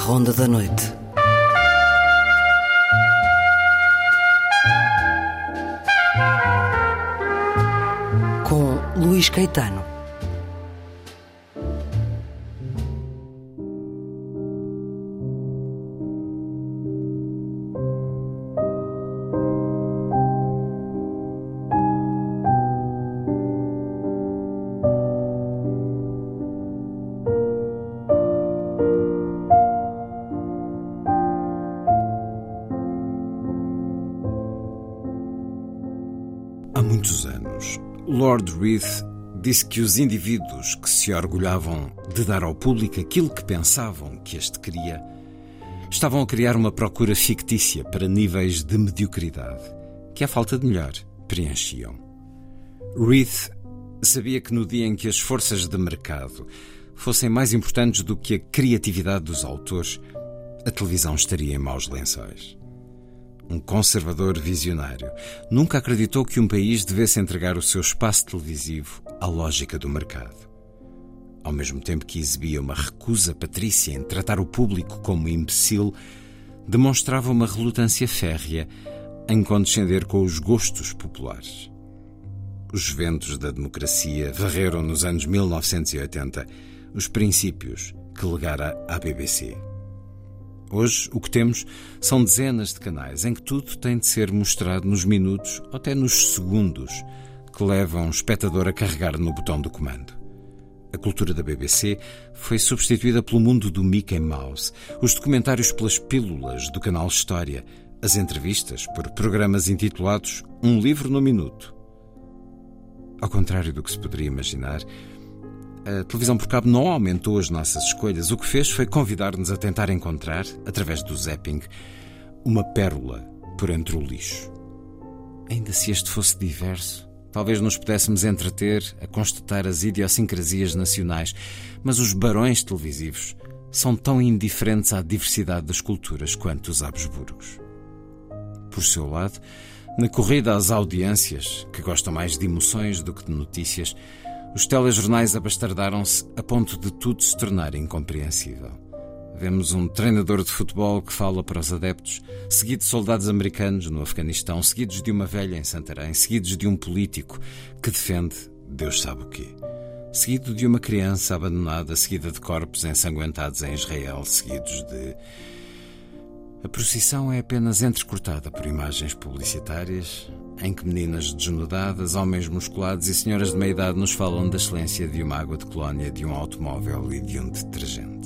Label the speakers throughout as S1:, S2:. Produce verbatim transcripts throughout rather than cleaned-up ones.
S1: Ronda da Noite. Com Luís Caetano.
S2: Há muitos anos, Lord Reith disse que os indivíduos que se orgulhavam de dar ao público aquilo que pensavam que este queria, estavam a criar uma procura fictícia para níveis de mediocridade, que, à falta de melhor, preenchiam. Reith sabia que no dia em que as forças de mercado fossem mais importantes do que a criatividade dos autores, a televisão estaria em maus lençóis. Um conservador visionário nunca acreditou que um país devesse entregar o seu espaço televisivo à lógica do mercado. Ao mesmo tempo que exibia uma recusa patrícia em tratar o público como imbecil, demonstrava uma relutância férrea em condescender com os gostos populares. Os ventos da democracia varreram nos anos mil novecentos e oitenta os princípios que legara à B B C. Hoje, o que temos são dezenas de canais em que tudo tem de ser mostrado nos minutos ou até nos segundos que levam o espectador a carregar no botão do comando. A cultura da B B C foi substituída pelo mundo do Mickey Mouse, os documentários pelas pílulas do canal História, as entrevistas por programas intitulados Um Livro no Minuto. Ao contrário do que se poderia imaginar, a televisão por cabo não aumentou as nossas escolhas. O que fez foi convidar-nos a tentar encontrar, através do zapping, uma pérola por entre o lixo. Ainda se este fosse diverso, talvez nos pudéssemos entreter a constatar as idiosincrasias nacionais, mas os barões televisivos são tão indiferentes à diversidade das culturas quanto os Habsburgos. Por seu lado, na corrida às audiências, que gostam mais de emoções do que de notícias, os telejornais abastardaram-se a ponto de tudo se tornar incompreensível. Vemos um treinador de futebol que fala para os adeptos, seguido de soldados americanos no Afeganistão, seguidos de uma velha em Santarém, seguidos de um político que defende Deus sabe o quê, seguido de uma criança abandonada, seguida de corpos ensanguentados em Israel, seguidos de... A procissão é apenas entrecortada por imagens publicitárias em que meninas desnudadas, homens musculados e senhoras de meia-idade nos falam da excelência de uma água de colónia, de um automóvel e de um detergente.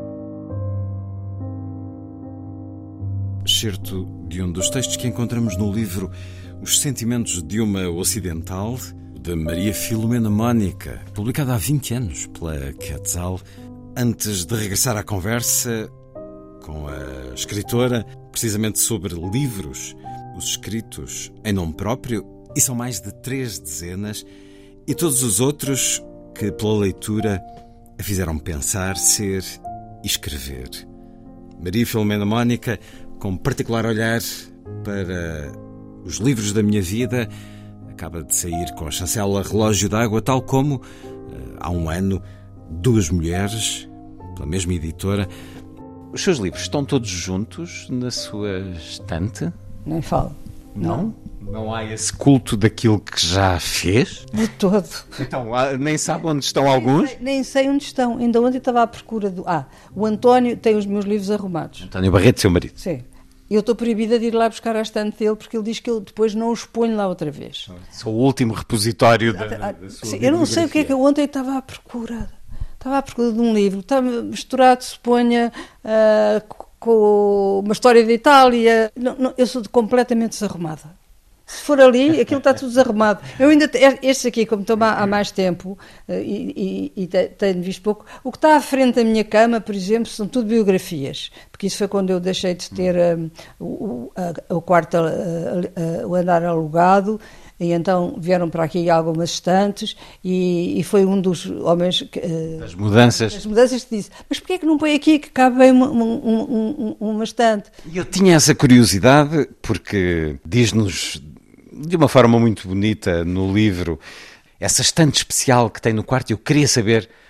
S2: Excerto de um dos textos que encontramos no livro Os Sentimentos de uma Ocidental, de Maria Filomena Mónica, publicada há vinte anos pela Quetzal. Antes de regressar à conversa com a escritora, precisamente sobre livros, os escritos em nome próprio, e são mais de três dezenas, e todos os outros que, pela leitura, a fizeram pensar, ser e escrever. Maria Filomena Mónica, com particular olhar para os livros da minha vida, acaba de sair com a chancela Relógio d'Água, tal como, há um ano, duas mulheres, pela mesma editora. Os seus livros estão todos juntos na sua estante?
S3: Nem falo.
S2: Não? Não há esse culto daquilo que já fez?
S3: De todo.
S2: Então, nem sabe onde estão alguns?
S3: Nem sei, nem sei onde estão. Ainda ontem estava à procura do... Ah, o António tem os meus livros arrumados.
S2: António Barreto, seu marido.
S3: Sim. Eu estou proibida de ir lá buscar a estante dele porque ele diz que eu depois não os ponho lá outra vez.
S2: Sou o último repositório da,
S3: ah,
S2: da sua
S3: sim, eu não sei o que é que eu ontem estava à procura. Estava à procura de um livro. Estava misturado, suponha, uh, com uma história da Itália. Não, não, eu sou completamente desarrumada. Se for ali, aquilo está tudo desarrumado. Eu ainda, este aqui, como estou há mais tempo uh, e, e, e tenho visto pouco, o que está à frente da minha cama, por exemplo, são tudo biografias. Porque isso foi quando eu deixei de ter um, o, a, o quarto, a, a, a, o andar alugado. E então vieram para aqui algumas estantes e, e foi um dos homens... Que,
S2: das mudanças.
S3: Das mudanças que disse, mas porquê é que não põe aqui que cabe bem uma, uma, uma, uma estante?
S2: E eu tinha essa curiosidade porque diz-nos de uma forma muito bonita no livro essa estante especial que tem no quarto e eu queria saber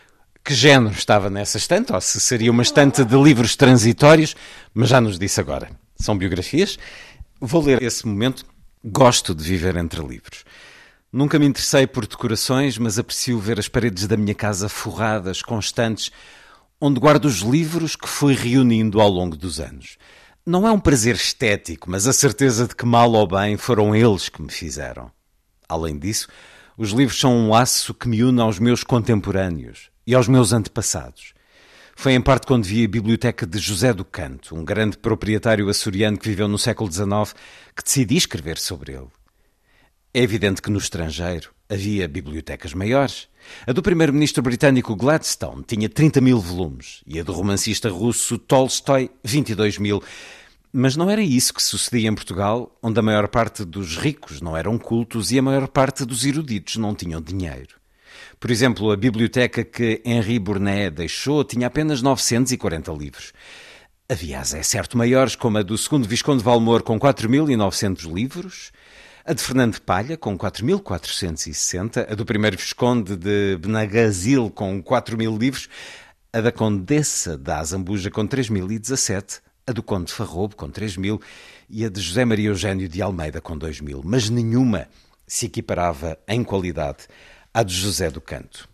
S2: que género estava nessa estante, ou se seria uma estante de livros transitórios, mas já nos disse agora. São biografias. Vou ler esse momento. Gosto de viver entre livros. Nunca me interessei por decorações, mas aprecio ver as paredes da minha casa forradas, constantes, onde guardo os livros que fui reunindo ao longo dos anos. Não é um prazer estético, mas a certeza de que, mal ou bem, foram eles que me fizeram. Além disso, os livros são um laço que me une aos meus contemporâneos e aos meus antepassados. Foi em parte quando vi a biblioteca de José do Canto, um grande proprietário açoriano que viveu no século dezenove, que decidi escrever sobre ele. É evidente que no estrangeiro havia bibliotecas maiores. A do primeiro-ministro britânico Gladstone tinha trinta mil volumes e a do romancista russo Tolstói vinte e dois mil. Mas não era isso que sucedia em Portugal, onde a maior parte dos ricos não eram cultos e a maior parte dos eruditos não tinham dinheiro. Por exemplo, a biblioteca que Henri Burnet deixou tinha apenas novecentos e quarenta livros. Havia as é certo maiores, como a do segundo Visconde de Valmor, com quatro mil e novecentos livros, a de Fernando de Palha, com quatro mil quatrocentos e sessenta, a do primeiro Visconde de Benagásil, com quatro mil livros, a da Condessa da Azambuja, com três mil e dezassete, a do Conde de Farrobo, com três mil, e a de José Maria Eugênio de Almeida, com dois mil. Mas nenhuma se equiparava em qualidade à de José do Canto.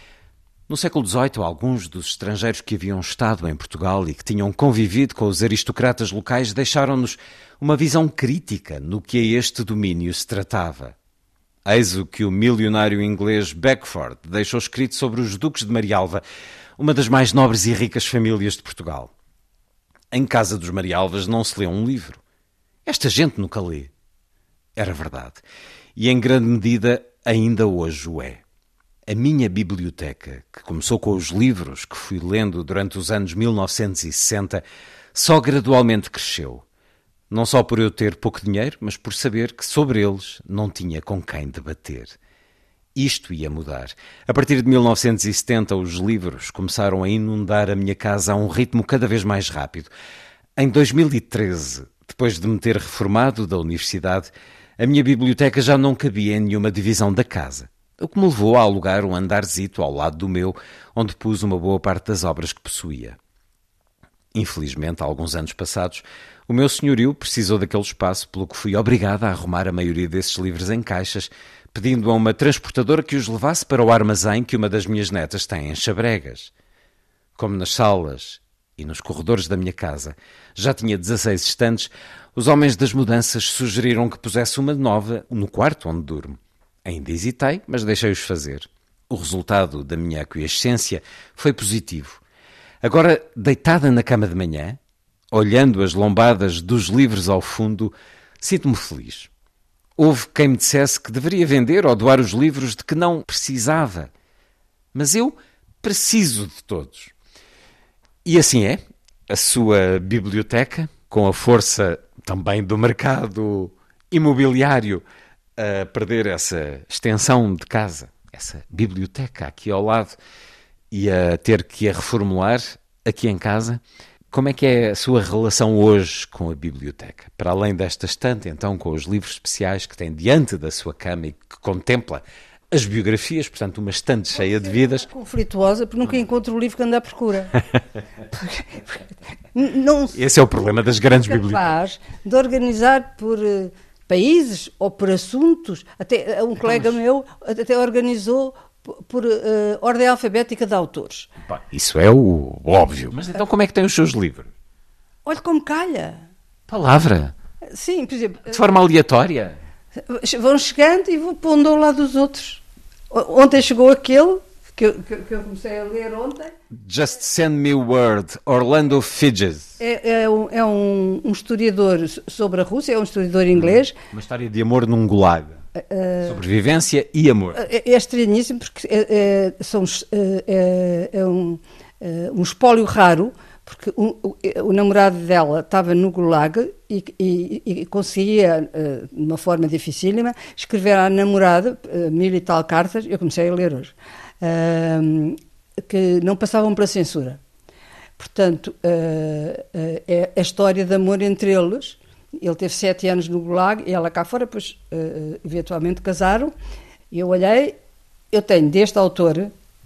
S2: No século dezoito, alguns dos estrangeiros que haviam estado em Portugal e que tinham convivido com os aristocratas locais deixaram-nos uma visão crítica no que a este domínio se tratava. Eis o que o milionário inglês Beckford deixou escrito sobre os duques de Marialva, uma das mais nobres e ricas famílias de Portugal. Em casa dos Marialvas não se lê um livro. Esta gente nunca lê. Era verdade. E em grande medida ainda hoje o é. A minha biblioteca, que começou com os livros que fui lendo durante os anos mil novecentos e sessenta, só gradualmente cresceu. Não só por eu ter pouco dinheiro, mas por saber que sobre eles não tinha com quem debater. Isto ia mudar. A partir de mil novecentos e setenta, os livros começaram a inundar a minha casa a um ritmo cada vez mais rápido. Em dois mil e treze, depois de me ter reformado da universidade, a minha biblioteca já não cabia em nenhuma divisão da casa, o que me levou a alugar um andarzito ao lado do meu, onde pus uma boa parte das obras que possuía. Infelizmente, há alguns anos passados, o meu senhorio precisou daquele espaço, pelo que fui obrigada a arrumar a maioria desses livros em caixas, pedindo a uma transportadora que os levasse para o armazém que uma das minhas netas tem em Chabregas. Como nas salas e nos corredores da minha casa já tinha dezasseis estantes, os homens das mudanças sugeriram que pusesse uma nova no quarto onde durmo. Ainda hesitei, mas deixei-os fazer. O resultado da minha aquiescência foi positivo. Agora, deitada na cama de manhã, olhando as lombadas dos livros ao fundo, sinto-me feliz. Houve quem me dissesse que deveria vender ou doar os livros de que não precisava. Mas eu preciso de todos. E assim é. A sua biblioteca, com a força também do mercado imobiliário, a perder essa extensão de casa, essa biblioteca aqui ao lado, e a ter que a reformular aqui em casa. Como é que é a sua relação hoje com a biblioteca? Para além desta estante, então, com os livros especiais que tem diante da sua cama e que contempla as biografias, portanto, uma estante cheia de vidas.
S3: Conflituosa, porque nunca encontro o livro que anda à procura. Não
S2: Esse é o problema das grandes bibliotecas.
S3: Capaz de organizar por uh, países ou por assuntos. Até um colega Mas... meu até organizou por, por uh, ordem alfabética de autores.
S2: Bah, isso é o óbvio. Mas então como é que tem os seus livros?
S3: Olha como calha.
S2: Palavra?
S3: Sim, por exemplo.
S2: De forma aleatória?
S3: Vão chegando e vou pondo ao lado dos outros. Ontem chegou aquele que eu, que eu comecei a ler ontem.
S2: Just Send Me Word, Orlando Figes.
S3: É, é, um, é um, um historiador sobre a Rússia, é um historiador inglês.
S2: Uma história de amor num gulag. Uh, Sobrevivência e amor.
S3: É, é estranhíssimo porque é, é, são, é, é um, é um espólio raro, porque o, o, o namorado dela estava no gulag e, e, e conseguia, de uma forma dificílima, escrever à namorada mil e tal cartas, eu comecei a ler hoje, uh, que não passavam pela censura. Portanto, uh, uh, é a história de amor entre eles. Ele teve sete anos no gulag e ela cá fora, depois uh, eventualmente casaram. E eu olhei, eu tenho deste autor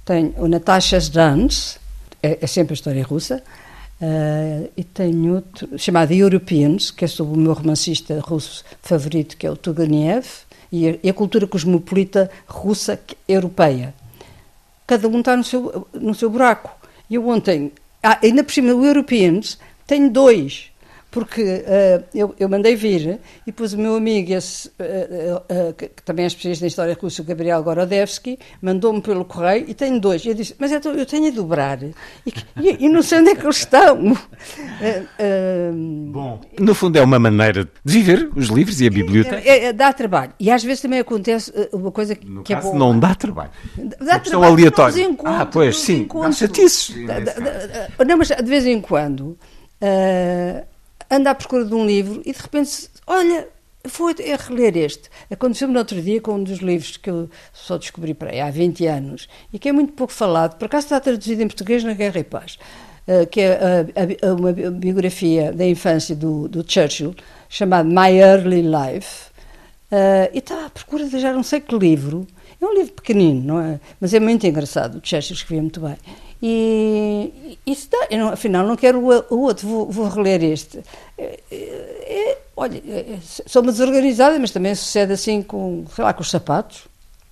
S3: Tenho o Natasha's Dance, é, é sempre a história russa, uh, e tenho outro chamado Europeans, que é sobre o meu romancista russo favorito, que é o Turgenev, e a, e a cultura cosmopolita russa europeia. Cada um está no seu, no seu buraco. E eu ontem, ah, ainda por cima, o Europeans, tenho dois, porque uh, eu, eu mandei vir, e depois o meu amigo, esse, uh, uh, uh, que, que também é especialista em história russa, o Gabriel Gorodevsky, mandou-me pelo correio, e tenho dois. E eu disse, mas eu, eu tenho a dobrar, e, e, e não sei onde é que eles estão. Uh, uh,
S2: Bom, no fundo é uma maneira de viver os livros e a biblioteca.
S3: É, é, dá trabalho. E às vezes também acontece uma coisa que,
S2: no
S3: que
S2: caso,
S3: é boa.
S2: não dá trabalho.
S3: Dá
S2: é
S3: trabalho
S2: aleatória.
S3: Ah,
S2: pois, sim. Dá chatices.
S3: Não, mas de vez em quando... Uh, ando à procura de um livro e de repente, olha, vou a reler este. Aconteceu-me no outro dia com um dos livros que eu só descobri para aí, há vinte anos e que é muito pouco falado, por acaso está traduzido em português na Guerra e Paz, uh, que é a, a, uma biografia da infância do, do Churchill, chamado My Early Life, uh, e estava à procura de já não sei que livro. É um livro pequenino, não é? Mas é muito engraçado, o Churchill escrevia muito bem. E isso dá, eu não, afinal não quero o, o outro, vou, vou reler este. É, é, olha, é, sou uma desorganizada, mas também sucede assim com, sei lá, com os sapatos.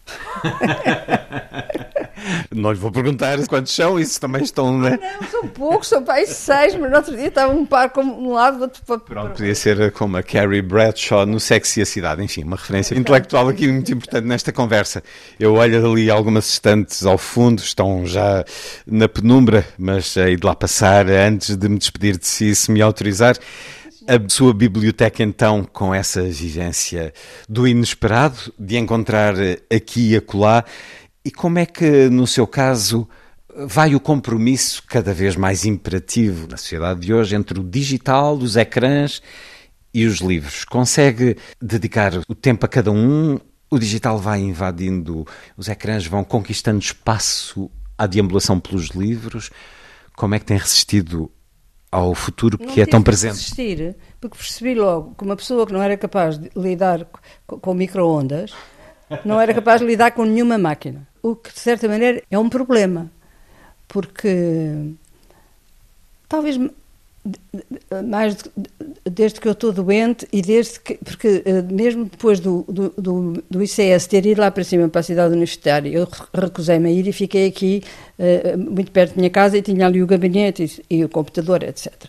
S2: Não lhe vou perguntar quantos são, isso também estão, né?
S3: Não, são poucos, são para aí seis, mas no outro dia estava um par como um lado, outro para...
S2: Pronto, podia ser como a Carrie Bradshaw no Sexo e a Cidade, enfim, uma referência intelectual aqui muito importante nesta conversa. Eu olho ali algumas estantes ao fundo, estão já na penumbra, mas hei de lá passar antes de me despedir de si, se me autorizar. A sua biblioteca, então, com essa vivência do inesperado, de encontrar aqui e acolá, e como é que, no seu caso, vai o compromisso cada vez mais imperativo na sociedade de hoje entre o digital, os ecrãs e os livros? Consegue dedicar o tempo a cada um? O digital vai invadindo, os ecrãs vão conquistando espaço à deambulação pelos livros? Como é que tem resistido ao futuro que
S3: não
S2: é tão presente?
S3: Não resistir, porque percebi logo que uma pessoa que não era capaz de lidar com, com micro-ondas não era capaz de lidar com nenhuma máquina. O que, de certa maneira, é um problema, porque talvez mais de, desde que eu estou doente e desde que, porque mesmo depois do, do, do, do I C S ter ido lá para cima, para a cidade universitária, eu recusei-me a ir e fiquei aqui uh, muito perto da minha casa e tinha ali o gabinete e, e o computador, etcétera.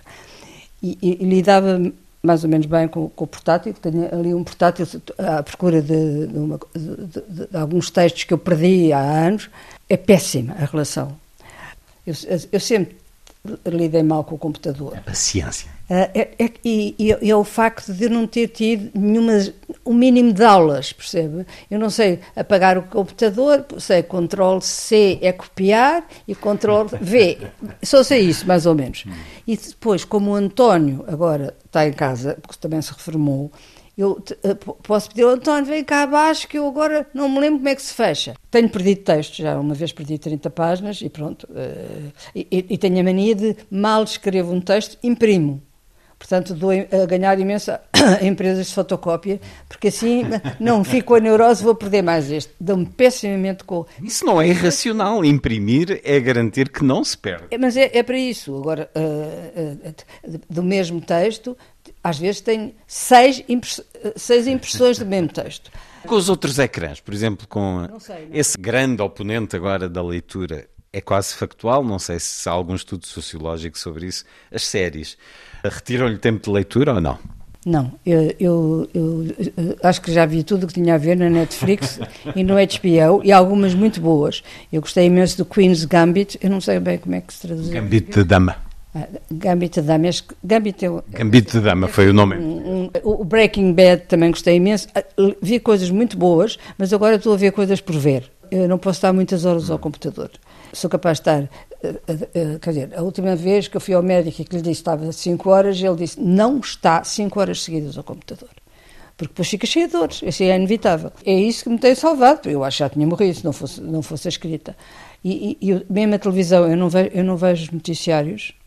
S3: E, e, e lidava mais ou menos bem com, com o portátil, tenho ali um portátil à procura de, de, uma, de, de, de alguns textos que eu perdi há anos. É péssima a relação. Eu, eu sempre lidei mal com o computador.
S2: A paciência.
S3: Uh, é, é, e, e é o facto de eu não ter tido nenhuma, um mínimo de aulas, percebe? Eu não sei apagar o computador, sei control C é copiar e control V. Só sei isso, mais ou menos. E depois, como o António agora está em casa, porque também se reformou, eu te, uh, posso pedir ao António, vem cá abaixo que eu agora não me lembro como é que se fecha. Tenho perdido textos, já uma vez perdi trinta páginas e pronto. Uh, e, e tenho a mania de, mal escrevo um texto, imprimo. Portanto, dou a ganhar imenso a empresas de fotocópia, porque assim não fico a neurose, vou perder mais este. Dou-me pessimamente com...
S2: Isso não é irracional. Imprimir é garantir que não se perde.
S3: É, mas é, é para isso. Agora, uh, uh, do mesmo texto, às vezes tenho seis, impress- seis impressões do mesmo texto.
S2: Com os outros ecrãs, por exemplo, com
S3: Não sei, não.
S2: esse grande oponente agora da leitura, é quase factual, não sei se há algum estudo sociológico sobre isso, as séries. Retiram-lhe tempo de leitura ou não?
S3: Não, eu, eu, eu acho que já vi tudo o que tinha a ver na Netflix e no H B O, e algumas muito boas. Eu gostei imenso do Queen's Gambit, eu não sei bem como é que se traduz.
S2: Gambit de Dama.
S3: Ah, Gambit de Dama, acho que Gambit é o...
S2: Gambit de Dama foi o nome.
S3: Um, um, o Breaking Bad também gostei imenso. Vi coisas muito boas, mas agora estou a ver coisas por ver. Eu não posso estar muitas horas ao computador. Sou capaz de estar, uh, uh, quer dizer, a última vez que eu fui ao médico e que lhe disse que estava cinco horas, ele disse, não está cinco horas seguidas ao computador. Porque depois fica cheio de dores, isso é inevitável. É isso que me tem salvado, porque eu acho que já tinha morrido se não fosse, não fosse a escrita. E, e, e mesmo a televisão, eu não vejo, eu não vejo noticiários,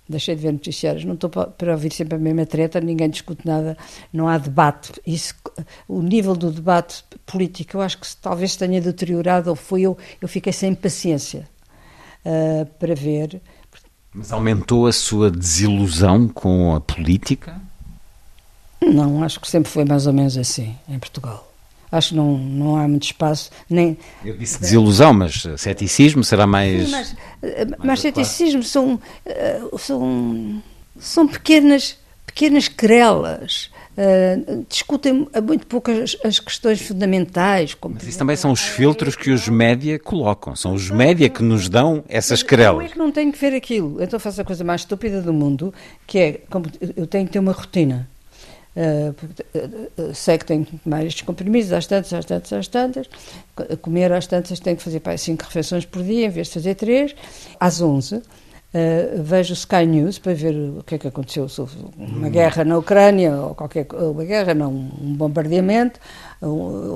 S3: deixei de ver noticiários, não estou para ouvir sempre a mesma treta, ninguém discute nada, não há debate. Isso, o nível do debate político, eu acho que talvez tenha deteriorado, ou foi eu, eu fiquei sem paciência uh, para ver.
S2: Mas aumentou a sua desilusão com a política?
S3: Não, acho que sempre foi mais ou menos assim, em Portugal. Acho que não, não há muito espaço, nem...
S2: Eu disse desilusão, mas ceticismo será mais...
S3: Sim, mas, mas ceticismo são, são, são pequenas, pequenas querelas, uh, discutem muito pouco as, as questões fundamentais. Como
S2: mas isso também são os filtros que os média colocam, são os média que nos dão essas querelas.
S3: Não é que não tenho que ver aquilo, então faço a coisa mais estúpida do mundo, que é, como eu tenho que ter uma rotina. Uh, uh, uh, sei que tenho que tomar estes compromissos às tantas, às tantas, às tantas, comer às tantas, tenho que fazer pá, cinco refeições por dia em vez de fazer três. Às onze uh, vejo o Sky News para ver o que é que aconteceu, se houve uma hum. guerra na Ucrânia ou qualquer uma guerra, não, um bombardeamento ou,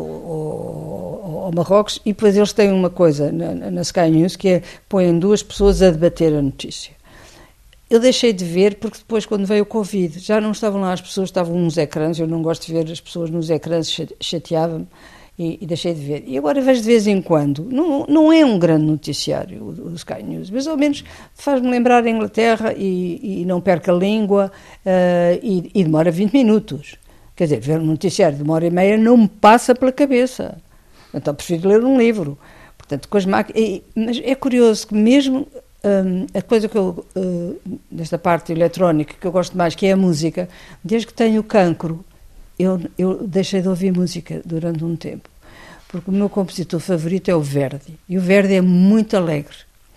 S3: ou, ou Marrocos, e depois eles têm uma coisa na, na Sky News que é, põem duas pessoas a debater a notícia. Eu deixei de ver porque depois, quando veio o Covid, já não estavam lá as pessoas, estavam nos ecrãs, eu não gosto de ver as pessoas nos ecrãs, chateava-me, e, e deixei de ver. E agora vejo de vez em quando, não, não é um grande noticiário o, o Sky News, mas ao menos faz-me lembrar a Inglaterra e, e não perca a língua uh, e, e demora vinte minutos. Quer dizer, ver um noticiário de uma hora e meia não me passa pela cabeça, então prefiro ler um livro. Portanto, com as máquinas, mas é curioso que mesmo... Um, a coisa que eu, uh, desta parte eletrónica que eu gosto mais, que é a música, desde que tenho cancro, eu, eu deixei de ouvir música durante um tempo, porque o meu compositor favorito é o Verdi, e o Verdi é muito alegre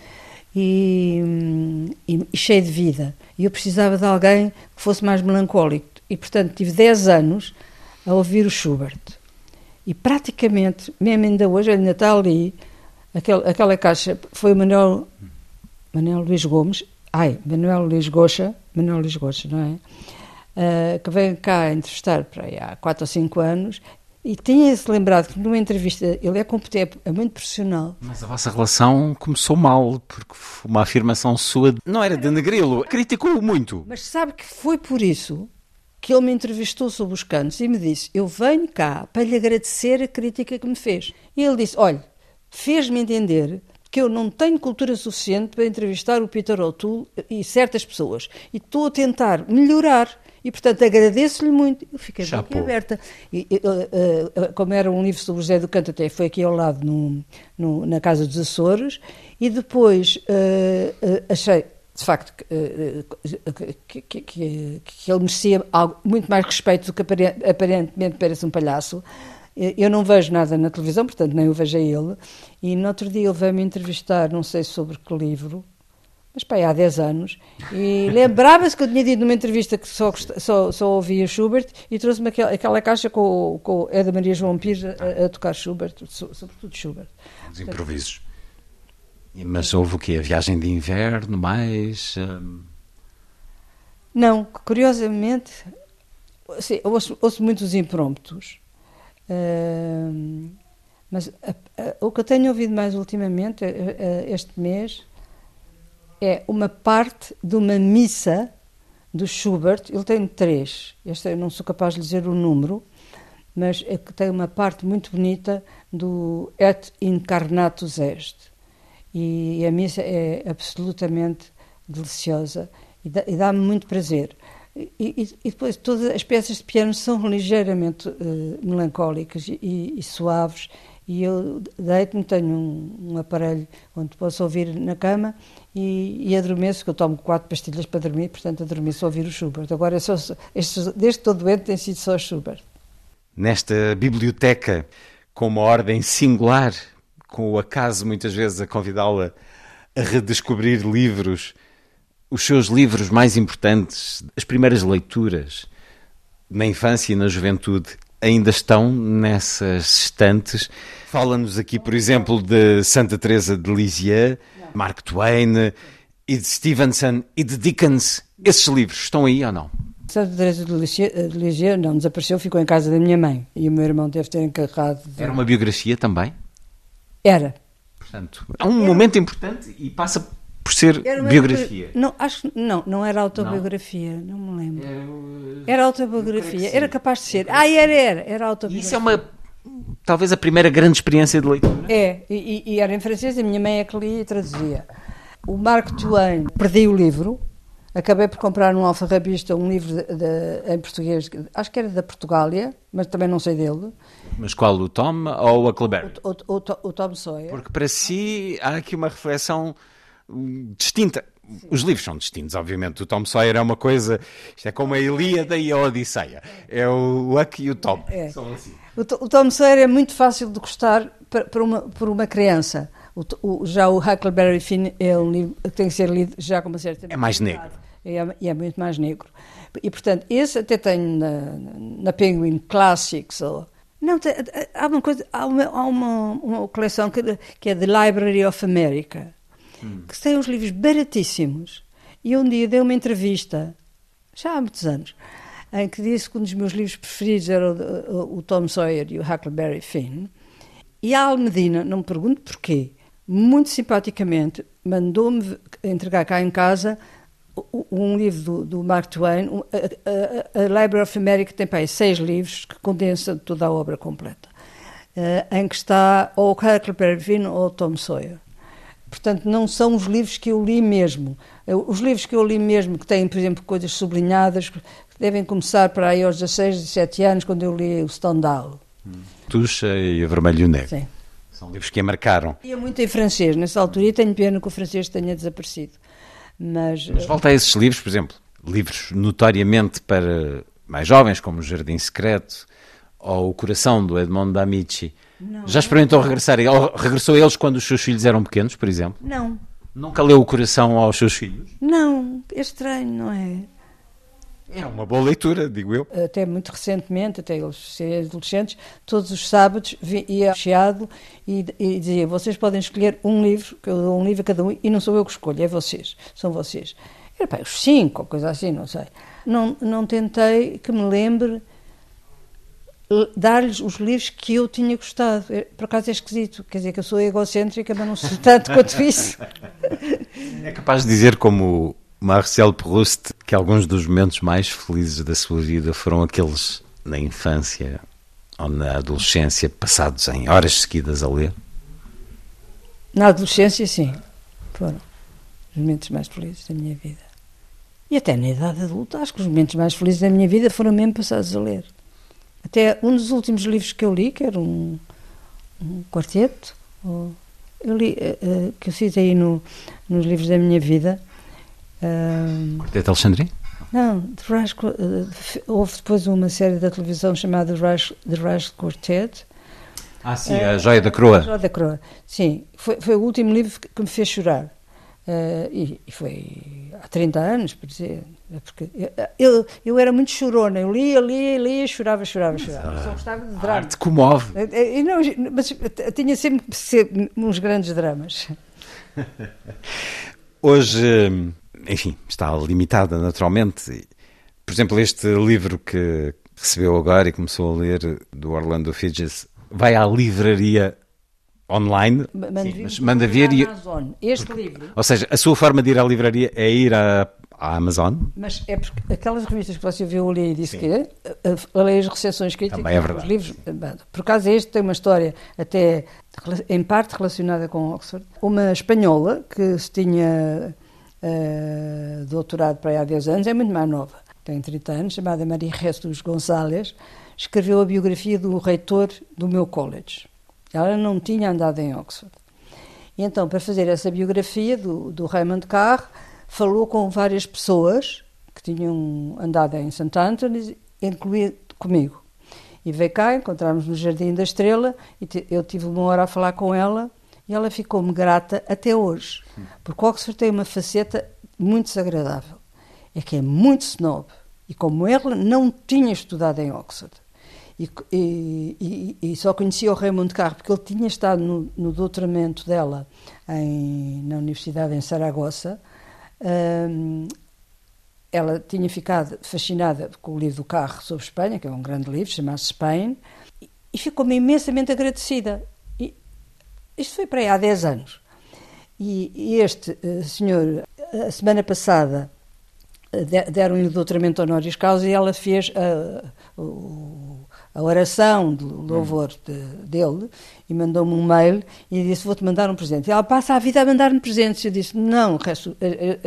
S3: e, e, e cheio de vida, e eu precisava de alguém que fosse mais melancólico, e portanto tive dez anos a ouvir o Schubert, e praticamente, mesmo ainda hoje, ainda está ali, aquel, aquela caixa, foi o Manuel Manuel Luís Gomes, ai, Manuel Luís Goxa, Manuel Luís Goxa, não é? Uh, que veio cá entrevistar para aí há quatro ou cinco anos e tinha-se lembrado que numa entrevista, ele é competente, é muito profissional.
S2: Mas a vossa relação começou mal, porque uma afirmação sua não era de denegri-lo, criticou-o muito.
S3: Mas sabe que foi por isso que ele me entrevistou sobre os cantos e me disse, eu venho cá para lhe agradecer a crítica que me fez. E ele disse, olha, fez-me entender... que eu não tenho cultura suficiente para entrevistar o Peter O'Toole e certas pessoas. E estou a tentar melhorar. E, portanto, agradeço-lhe muito. Eu fiquei bem aberta. E, uh, uh, como era um livro sobre o José do Canto, até foi aqui ao lado, no, no, na Casa dos Açores. E depois uh, uh, achei, de facto, que, uh, que, que, que, que ele merecia algo, muito mais respeito do que aparentemente parece um palhaço. Eu não vejo nada na televisão, portanto nem o vejo a ele, e no outro dia ele veio-me entrevistar, não sei sobre que livro, mas pá, há dez anos, e lembrava-se que eu tinha dito numa entrevista que só, só, só ouvia Schubert, e trouxe-me aquela, aquela caixa com, com a da Maria João Pires a, a tocar Schubert, sobretudo Schubert.
S2: Os improvisos. Mas houve o quê? A viagem de inverno, mais... Hum...
S3: Não, curiosamente, assim, ouço, ouço muitos impromptus. Uh, mas a, a, o que eu tenho ouvido mais ultimamente, a, a, este mês, é uma parte de uma missa do Schubert. Ele tem três, este eu não sou capaz de dizer o número, mas é que tem uma parte muito bonita do Et Incarnatus Est, e a missa é absolutamente deliciosa e, dá, e dá-me muito prazer. E, e, e depois todas as peças de piano são ligeiramente uh, melancólicas e, e suaves, e eu deito-me, tenho um, um aparelho onde posso ouvir na cama e, e adormeço, que eu tomo quatro pastilhas para dormir, portanto adormeço a ouvir o Schubert. Agora, só, este, desde que estou doente, tem sido só Schubert.
S2: Nesta biblioteca, com uma ordem singular, com o acaso muitas vezes a convidá-la a redescobrir livros, os seus livros mais importantes, as primeiras leituras na infância e na juventude, ainda estão nessas estantes. Fala-nos aqui, por exemplo, de Santa Teresa de Lisieux, Mark Twain, e de Stevenson e de Dickens. Esses livros estão aí ou não?
S3: Santa Teresa de Lisieux, de Lisieux não desapareceu, ficou em casa da minha mãe, e o meu irmão deve ter encarregado. De...
S2: Era uma biografia também?
S3: Era.
S2: Portanto, é um Era. momento importante e passa por ser biografia.
S3: Não, acho não, não era autobiografia, não, não me lembro. Era autobiografia, era capaz de ser. Ah, era, era, era autobiografia.
S2: Isso é uma, talvez a primeira grande experiência de leitura.
S3: É, e, e era em francês, a minha mãe é que lia e traduzia. O Mark Twain, perdi o livro, acabei por comprar num alfarrabista um livro de, de, em português, acho que era da Portugália, mas também não sei dele.
S2: Mas qual, o Tom ou o Huckleberry?
S3: O, o, o, o Tom Sawyer.
S2: Porque para si há aqui uma reflexão distinta. Os livros são distintos, obviamente. O Tom Sawyer é uma coisa, isto é como a Ilíada e a Odisseia. É o Huck e o Tom.
S3: É.
S2: São assim.
S3: O, o Tom Sawyer é muito fácil de gostar por uma, por uma criança. O, o, já o Huckleberry Finn é um livro que tem que ser lido já com uma certa...
S2: É mais negro.
S3: E é, é muito mais negro. E, portanto, esse até tenho na, na Penguin Classics. Ou, não, tem, há uma coisa, há uma, há uma, uma coleção que, que é The Library of America, hum. que tem uns livros baratíssimos. E um dia dei uma entrevista, já há muitos anos, em que disse que um dos meus livros preferidos era o, o, o Tom Sawyer e o Huckleberry Finn. E a Almedina, não me pergunto porquê, muito simpaticamente, mandou-me entregar cá em casa um livro do, do Mark Twain, a, a, a Library of America tem para aí seis livros que condensam toda a obra completa, uh, em que está ou o Huckleberry Finn ou o Tom Sawyer. Portanto, não são os livros que eu li mesmo. Os livros que eu li mesmo, que têm, por exemplo, coisas sublinhadas, devem começar para aí aos dezasseis, dezessete anos, quando eu li o Stendhal.
S2: Hum. Tuxa e o Vermelho e o Negro.
S3: Sim.
S2: São livros que a marcaram.
S3: Ia muito em francês, nessa altura, e tenho pena que o francês tenha desaparecido. Mas,
S2: Mas volta a esses livros, por exemplo, livros notoriamente para mais jovens, como O Jardim Secreto ou O Coração, do Edmond D'Amici. Não, já experimentou não. regressar? Ou regressou a eles quando os seus filhos eram pequenos, por exemplo?
S3: Não.
S2: Nunca leu O Coração aos seus filhos?
S3: Não, é estranho, não é?
S2: É uma boa leitura, digo eu.
S3: Até muito recentemente, até eles serem adolescentes, todos os sábados ia Chiado e, e dizia, vocês podem escolher um livro, que eu dou um livro a cada um, e não sou eu que escolho, é vocês, são vocês. Era para os cinco, ou coisa assim, não sei. Não, não tentei que me lembre dar-lhes os livros que eu tinha gostado. Por acaso é esquisito, quer dizer que eu sou egocêntrica, mas não sou tanto quanto isso.
S2: É capaz de dizer como Marcel Proust que alguns dos momentos mais felizes da sua vida foram aqueles na infância ou na adolescência passados em horas seguidas a ler?
S3: Na adolescência, sim. Foram os momentos mais felizes da minha vida. E até na idade adulta, acho que os momentos mais felizes da minha vida foram mesmo passados a ler. Até um dos últimos livros que eu li, que era um, um quarteto, ou, eu li, uh, que eu citei aí no, nos livros da minha vida. Uh,
S2: Quarteto Alexandrino?
S3: Não, The Rush, uh, houve depois uma série da televisão chamada The Rush, The Rush Quartet.
S2: Ah, sim, uh, A Joia da Coroa.
S3: A Joia da Coroa, sim. Foi, foi o último livro que, que me fez chorar. Uh, e, e foi há trinta anos, por dizer. Porque eu, eu, eu era muito chorona. Eu lia, lia, lia, chorava, chorava, chorava. Ah, só gostava de drama. A
S2: arte comove.
S3: E não, mas tinha sempre uns grandes dramas.
S2: Hoje, enfim, está limitada naturalmente. Por exemplo, este livro que recebeu agora e começou a ler, do Orlando Figes, vai à livraria online,
S3: manda,
S2: sim, mas manda vir e...
S3: Amazon. Este livro...
S2: Ou seja, a sua forma de ir à livraria é ir à, à Amazon? Mas
S3: é porque aquelas revistas que você viu ali e disse, sim, que a ler as recensiões críticas...
S2: Também é verdade.
S3: Os livros, por acaso este tem uma história até em parte relacionada com Oxford. Uma espanhola que se tinha uh, doutorado para aí há dez anos, é muito mais nova, tem trinta anos, chamada Maria Jesus González, escreveu a biografia do reitor do meu college. Ela não tinha andado em Oxford. E então, para fazer essa biografia do, do Raymond Carr, falou com várias pessoas que tinham andado em Saint Anthony, incluindo comigo. E veio cá, encontramos no Jardim da Estrela, e te, eu tive uma hora a falar com ela, e ela ficou-me grata até hoje. Porque Oxford tem uma faceta muito desagradável. É que é muito snob. E como ela não tinha estudado em Oxford, E, e, e só conhecia o Raymond Carr porque ele tinha estado no, no doutoramento dela em, na Universidade em Saragossa. Um, ela tinha ficado fascinada com o livro do Carr sobre Espanha, que é um grande livro, chama-se Spain, e, e ficou-me imensamente agradecida. E, isto foi para aí há dez anos. E este uh, senhor, a semana passada, uh, deram-lhe o doutoramento honoris causa e ela fez uh, uh, a oração de louvor de, dele e mandou-me um mail e disse, vou-te mandar um presente. E ela passa a vida a mandar-me presentes. Eu disse, não, Jesus,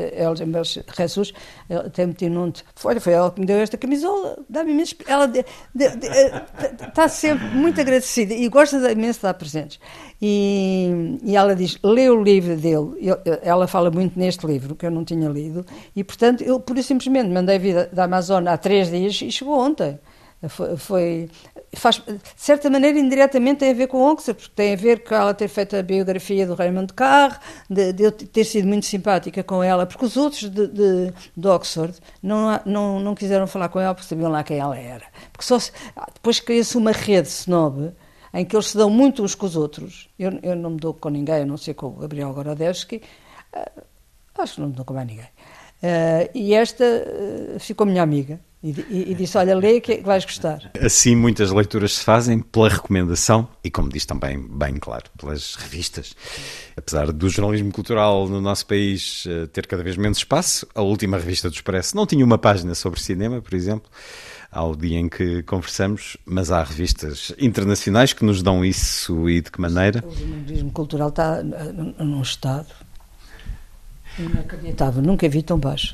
S3: Jesus tem metido num... Olha, foi ela que me deu esta camisola, dá-me imenso... Ela de, de, de, está sempre muito agradecida e gosta imenso de dar presentes. E, e ela diz, lê o livro dele. Eu, ela fala muito neste livro, que eu não tinha lido, e, portanto, eu, por isso, simplesmente, mandei vir da Amazon há três dias e chegou ontem. Foi, foi, faz, de certa maneira, indiretamente tem a ver com Oxford, porque tem a ver com ela ter feito a biografia do Raymond Carr, de, de eu ter sido muito simpática com ela, porque os outros de, de, de Oxford não, não, não quiseram falar com ela porque sabiam lá quem ela era. Porque só se, depois cria-se uma rede snob em que eles se dão muito uns com os outros. Eu, eu não me dou com ninguém, a não ser com o Gabriel Gorodevsky, uh, acho que não me dou com mais ninguém. Uh, e esta uh, ficou minha amiga. E, e, e disse, olha, lê que vais gostar.
S2: Assim muitas leituras se fazem pela recomendação e, como diz também, bem claro, pelas revistas. Apesar do jornalismo cultural no nosso país uh, ter cada vez menos espaço, a última revista do Expresso não tinha uma página sobre cinema, por exemplo, ao dia em que conversamos, mas há revistas internacionais que nos dão isso. E de que maneira?
S3: O jornalismo cultural está num estado inacreditável, nunca vi tão baixo.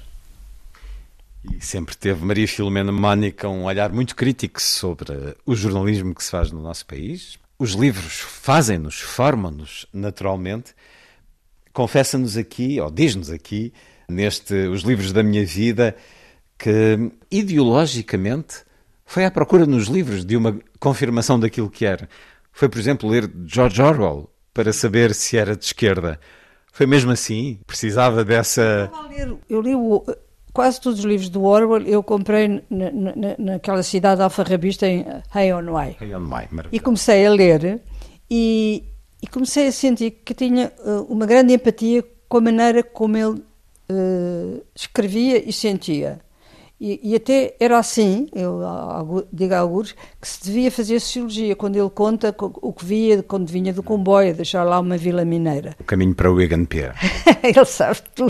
S2: E sempre teve Maria Filomena Mónica um olhar muito crítico sobre o jornalismo que se faz no nosso país. Os livros fazem-nos, formam-nos naturalmente. Confessa-nos aqui, ou diz-nos aqui, neste Os Livros da Minha Vida, que ideologicamente foi à procura nos livros de uma confirmação daquilo que era. Foi, por exemplo, ler George Orwell para saber se era de esquerda. Foi mesmo assim? Precisava dessa...
S3: Eu li o... Quase todos os livros do Orwell eu comprei na, na, naquela cidade alfarrabista em Hay-on-Wye.
S2: Hay-on-Wye,
S3: e comecei a ler e, e comecei a sentir que tinha uh, uma grande empatia com a maneira como ele uh, escrevia e sentia. E, e até era assim, eu digo a alguns, que se devia fazer sociologia, quando ele conta o que via quando vinha do comboio, deixar lá uma vila mineira.
S2: O caminho para o Wigan Pier.
S3: Ele sabe tudo.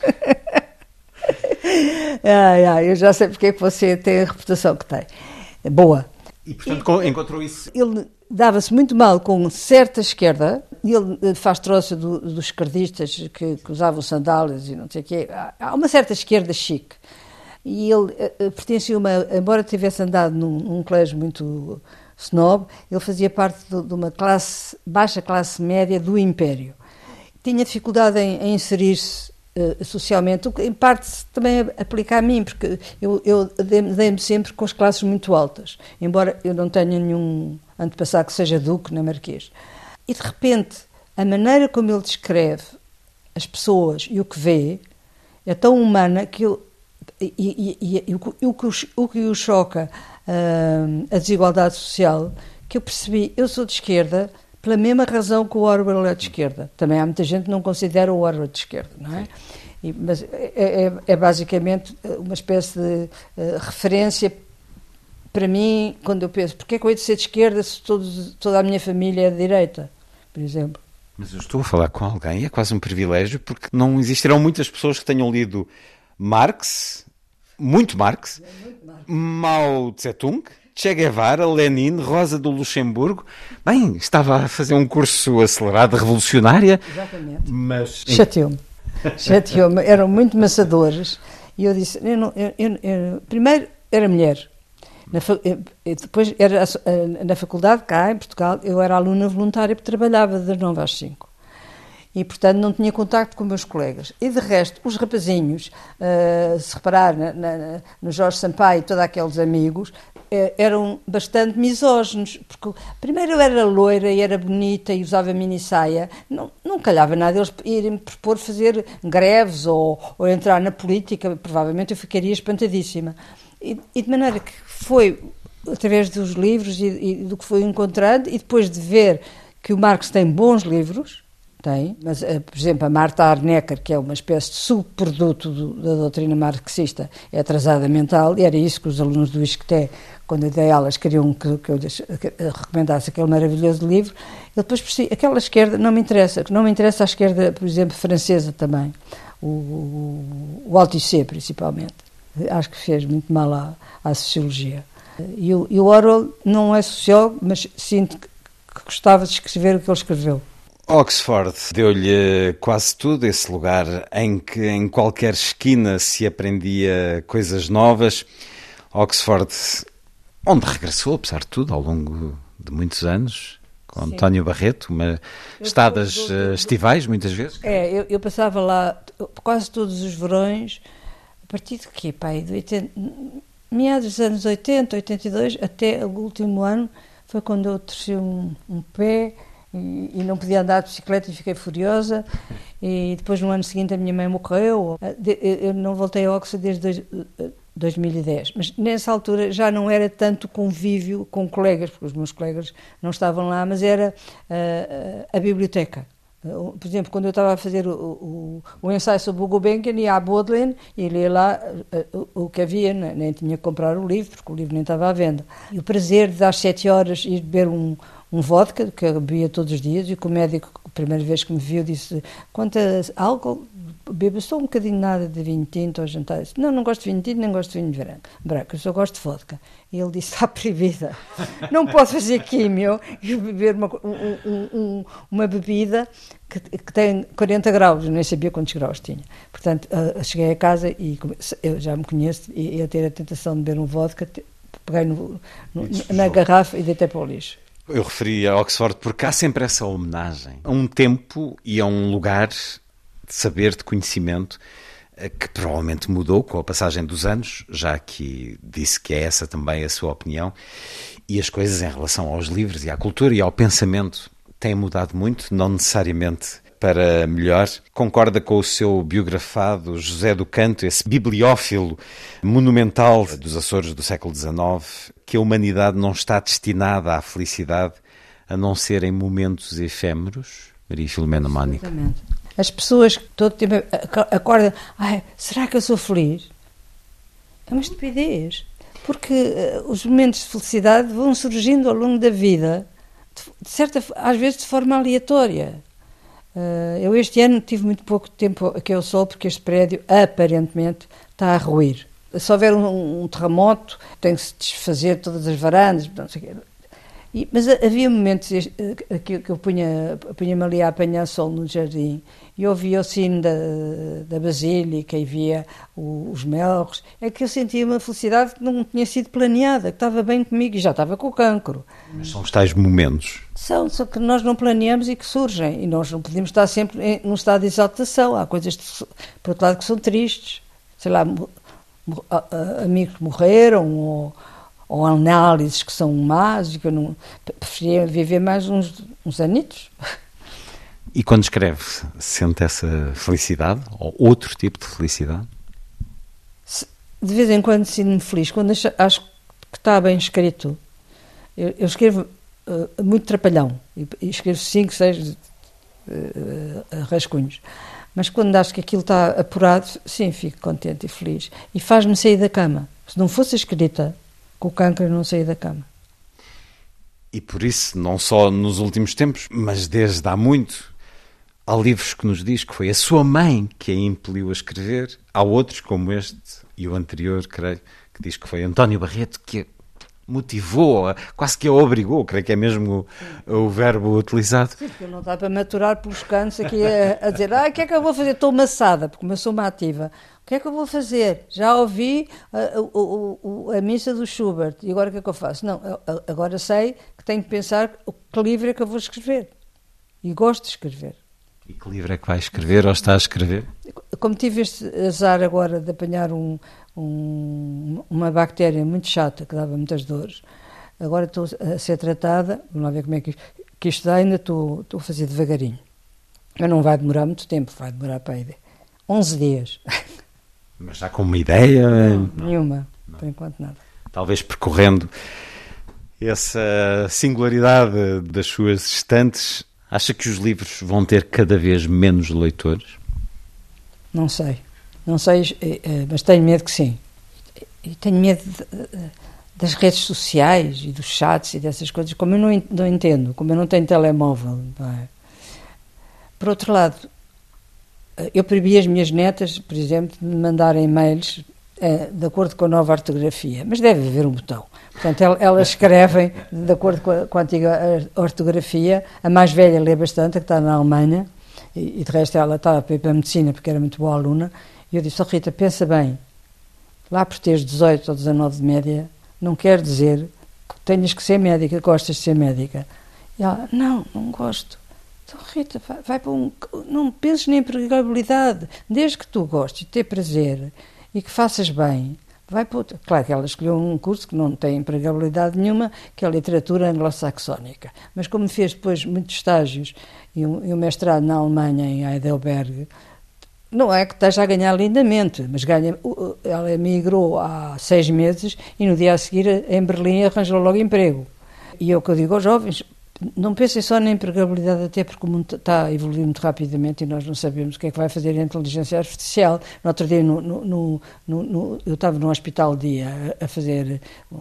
S3: Ai, ai, eu já sei porque é que você tem a reputação que tem. Boa.
S2: E, portanto, e, encontrou isso...
S3: Ele dava-se muito mal com certa esquerda, e ele faz troça do, dos esquerdistas que, que usavam sandálias e não sei o quê. Há uma certa esquerda chique. E ele uh, pertencia uma... Embora tivesse andado num, num colégio muito snob, ele fazia parte de, de uma classe, baixa classe média do Império. Tinha dificuldade em, em inserir-se socialmente, o que em parte também aplica a mim, porque eu, eu dei-me sempre com as classes muito altas, embora eu não tenha nenhum antepassado que seja duque nem marquês. E de repente, a maneira como ele descreve as pessoas e o que vê é tão humana que eu, e, e, e, e o, o, que, o que o choca, uh, a desigualdade social, que eu percebi, eu sou de esquerda pela mesma razão que o Orwell é de esquerda. Também há muita gente que não considera o Orwell de esquerda, não é? E, mas é, é, é basicamente uma espécie de uh, referência para mim, quando eu penso, porque é que eu hei de ser de esquerda se todos, toda a minha família é de direita, por exemplo?
S2: Mas eu estou a falar com alguém, é quase um privilégio, porque não existirão muitas pessoas que tenham lido Marx, muito Marx, muito Marx. Mao Tse-tung, Che Guevara, Lenin, Rosa do Luxemburgo. Bem, estava a fazer um curso acelerado de revolucionária. Exatamente. Mas...
S3: Chateou-me. Chateou-me. Eram muito maçadores. E eu disse... Eu não, eu, eu, eu, primeiro, era mulher. Na, eu, depois, era na faculdade, cá em Portugal, eu era aluna voluntária porque trabalhava das nove às cinco. E, portanto, não tinha contacto com meus colegas. E, de resto, os rapazinhos, uh, se reparar na, na, no Jorge Sampaio e todos aqueles amigos, uh, eram bastante misóginos. Porque, primeiro, eu era loira e era bonita e usava mini-saia. Não, não calhava nada eles irem propor fazer greves ou, ou entrar na política. Provavelmente eu ficaria espantadíssima. E, e de maneira que foi, através dos livros e, e do que fui encontrando, e depois de ver que o Marx tem bons livros... Tem, mas, por exemplo, a Marta Arnecker, que é uma espécie de subproduto do, da doutrina marxista, é atrasada mental, e era isso que os alunos do ISCTE quando eu dei aulas, queriam que, que eu lhes recomendasse aquele maravilhoso livro. Eu depois percebi, aquela esquerda não me interessa, não me interessa a esquerda, por exemplo, francesa também, o, o, o Althusser principalmente. Acho que fez muito mal à, à sociologia. E o, e o Orwell não é sociólogo, mas sinto que, que gostava de escrever o que ele escreveu.
S2: Oxford deu-lhe quase tudo, esse lugar em que em qualquer esquina se aprendia coisas novas. Oxford, onde regressou, apesar de tudo, ao longo de muitos anos, com Sim. António Barreto, uma estadas do, do, do, estivais, muitas vezes.
S3: É, eu, eu passava lá quase todos os verões, a partir de quê, pai? De oitenta, meados dos anos oitenta, oitenta e dois, até o último ano, foi quando eu torci um, um pé e, e não podia andar de bicicleta e fiquei furiosa. E depois, no ano seguinte, a minha mãe morreu. Eu não voltei a Oxford desde dois, dois mil e dez, mas nessa altura já não era tanto convívio com colegas, porque os meus colegas não estavam lá, mas era uh, a biblioteca. Por exemplo, quando eu estava a fazer o, o, o ensaio sobre o Gulbenkian, ia à Bodleian e lia lá uh, o, o que havia, nem tinha que comprar o livro, porque o livro nem estava à venda. E o prazer de, às sete horas, ir beber um, um vodka, que eu bebia todos os dias, e que o médico, a primeira vez que me viu, disse: quanto a álcool, bebo só um bocadinho nada de vinho tinto ao jantar. Eu disse: não, não gosto de vinho tinto, nem gosto de vinho branco, branco eu só gosto de vodka. E ele disse: está proibida, não pode fazer químio e beber uma, um, um, uma bebida que, que tem quarenta graus, eu nem sabia quantos graus tinha. Portanto, uh, cheguei a casa e eu já me conheço, e ia ter a tentação de beber um vodka, peguei no, no, na garrafa e deitei para o lixo.
S2: Eu referi a Oxford porque há sempre essa homenagem a um tempo e a um lugar de saber, de conhecimento, que provavelmente mudou com a passagem dos anos, já que disse que é essa também a sua opinião, e as coisas em relação aos livros e à cultura e ao pensamento têm mudado muito, não necessariamente para melhor. Concorda com o seu biografado José do Canto, esse bibliófilo monumental dos Açores do século dezenove, que a humanidade não está destinada à felicidade a não ser em momentos efêmeros? Maria Filomena Mónica.
S3: Exatamente. As pessoas que todo o tempo acordam: ai, será que eu sou feliz? É uma estupidez. Porque uh, os momentos de felicidade vão surgindo ao longo da vida, de certa, às vezes de forma aleatória. Uh, eu este ano tive muito pouco tempo aqui ao sol, porque este prédio aparentemente está a ruir. Se houver um, um terremoto, tem que se desfazer todas as varandas, não sei o quê. E, mas havia momentos que, que eu punha, punha-me ali a apanhar sol no jardim e ouvia o sino da, da basílica e via o, os melros. É que eu sentia uma felicidade que não tinha sido planeada, que estava bem comigo e já estava com o cancro.
S2: Mas são os tais momentos.
S3: São, só que nós não planeamos e que surgem. E nós não podemos estar sempre em, num estado de exaltação. Há coisas, de, por outro lado, que são tristes. Sei lá, amigos que morreram, ou, ou análises que são más, e que eu não preferia viver mais uns, uns anitos.
S2: E quando escreve, sente essa felicidade, ou outro tipo de felicidade?
S3: De vez em quando sinto-me feliz, quando acho, acho que está bem escrito. Eu, eu escrevo uh, muito trapalhão, e, e escrevo cinco, seis uh, rascunhos. Mas quando acho que aquilo está apurado, sim, fico contente e feliz. E faz-me sair da cama. Se não fosse escrita, com o cancro eu não saí da cama.
S2: E por isso, não só nos últimos tempos, mas desde há muito, há livros que nos diz que foi a sua mãe que a impeliu a escrever. Há outros, como este e o anterior, creio, que diz que foi António Barreto que a motivou, quase que a obrigou, creio que é mesmo o, o verbo utilizado.
S3: Sim, porque não dá para maturar pelos cantos aqui a, a dizer: ah, o que é que eu vou fazer? Estou maçada, porque eu sou uma ativa. O que é que eu vou fazer? Já ouvi a, a, a, a missa do Schubert, e agora o que é que eu faço? Não, agora sei que tenho que pensar que livro é que eu vou escrever. E gosto de escrever.
S2: E que livro é que vai escrever ou está a escrever?
S3: Como tive este azar agora de apanhar um, um, uma bactéria muito chata que dava muitas dores, agora estou a ser tratada, vamos lá ver como é que, que isto dá, ainda estou, estou a fazer devagarinho. Mas não vai demorar muito tempo, vai demorar para aí onze dias.
S2: Mas já com uma ideia?
S3: Não, nenhuma, não. Por enquanto nada.
S2: Talvez percorrendo essa singularidade das suas estantes, acha que os livros vão ter cada vez menos leitores?
S3: Não sei. Não sei, mas tenho medo que sim. E tenho medo de, das redes sociais e dos chats e dessas coisas, como eu não, não entendo, como eu não tenho telemóvel. Não é? Por outro lado, eu proibi as minhas netas, por exemplo, de me mandarem e-mails é, de acordo com a nova ortografia, mas deve haver um botão. Portanto, elas escrevem de acordo com a, com a antiga ortografia. A mais velha lê bastante, a que está na Alemanha, e, e de resto ela estava para ir para a medicina porque era muito boa aluna, e eu disse, oh, Rita, pensa bem, lá por teres dezoito ou dezanove de média, não quer dizer que tenhas que ser médica, gostas de ser médica. E ela, não, não gosto. Então, Rita, vai, vai para um... Não penses na empregabilidade. Desde que tu gostes de ter prazer e que faças bem, vai para outro... Claro que ela escolheu um curso que não tem empregabilidade nenhuma, que é a literatura anglo-saxónica. Mas como fez depois muitos estágios e um, e um mestrado na Alemanha, em Heidelberg, não é que esteja a ganhar lindamente, mas ganha, ela emigrou há seis meses e no dia a seguir em Berlim arranjou logo emprego. E é o que eu digo aos jovens, não pensem só na empregabilidade, até porque o mundo está a evoluir muito rapidamente e nós não sabemos o que é que vai fazer a inteligência artificial. No outro dia no, no, no, no, eu estava num hospital dia a fazer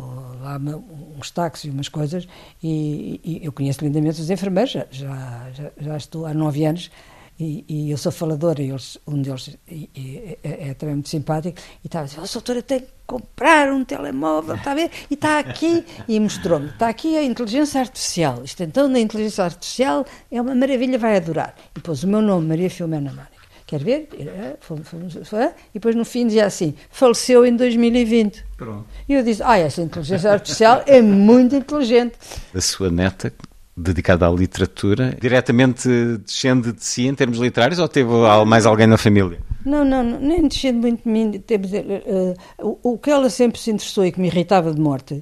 S3: lá uns táxis e umas coisas e, e eu conheço lindamente os enfermeiros, já, já, já estou há nove anos. E, e eu sou faladora, e eles, um deles e, e, é, é também muito simpático, e estava a dizer, oh, doutora, tem que comprar um telemóvel, está a ver? E está aqui, e mostrou-me, está aqui a inteligência artificial. Isto então, na inteligência artificial, é uma maravilha, vai adorar. E pôs o meu nome, Maria Filomena Mónica. Quer ver? Foi, foi, foi, e depois no fim dizia assim, faleceu em dois mil e vinte.
S2: Pronto.
S3: E eu disse, ah, essa inteligência artificial é muito inteligente.
S2: A sua neta, dedicada à literatura, diretamente descende de si em termos literários ou teve mais alguém na família?
S3: Não, não, não nem descende muito de mim. Uh, o, o que ela sempre se interessou e que me irritava de morte uh,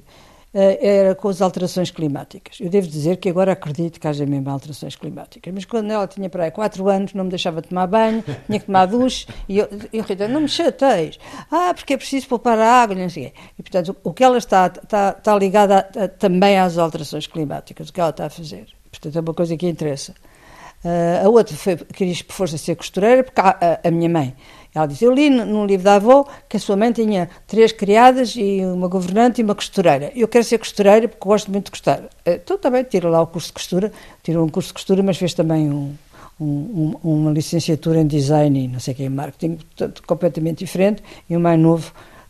S3: era com as alterações climáticas. Eu devo dizer que agora acredito que haja mesmo alterações climáticas, mas quando ela tinha para aí quatro anos não me deixava tomar banho, tinha que tomar duche e eu, eu Rita, não me chateis. Ah, porque é preciso poupar a água, não sei o quê. E portanto o que ela está, está, está ligado a, a, também às alterações climáticas, o que ela está a fazer. Portanto é uma coisa que interessa. Uh, a outra foi, quis por força ser costureira, porque a, a, a minha mãe, ela disse, eu li num livro da avó que a sua mãe tinha três criadas e uma governante e uma costureira. Eu quero ser costureira porque gosto muito de costurar. Então também tira lá o curso de costura, tirou um curso de costura, mas fez também um, um, um, uma licenciatura em design e não sei o que, em marketing, portanto, completamente diferente, e o mais novo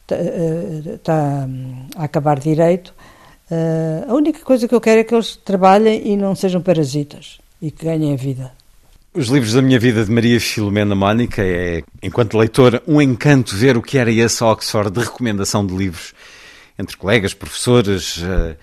S3: está a acabar direito. Uh, a única coisa que eu quero é que eles trabalhem e não sejam parasitas. E que ganhem a vida.
S2: Os livros da minha vida de Maria Filomena Mónica é, enquanto leitora, um encanto ver o que era esse Oxford de recomendação de livros entre colegas, professores,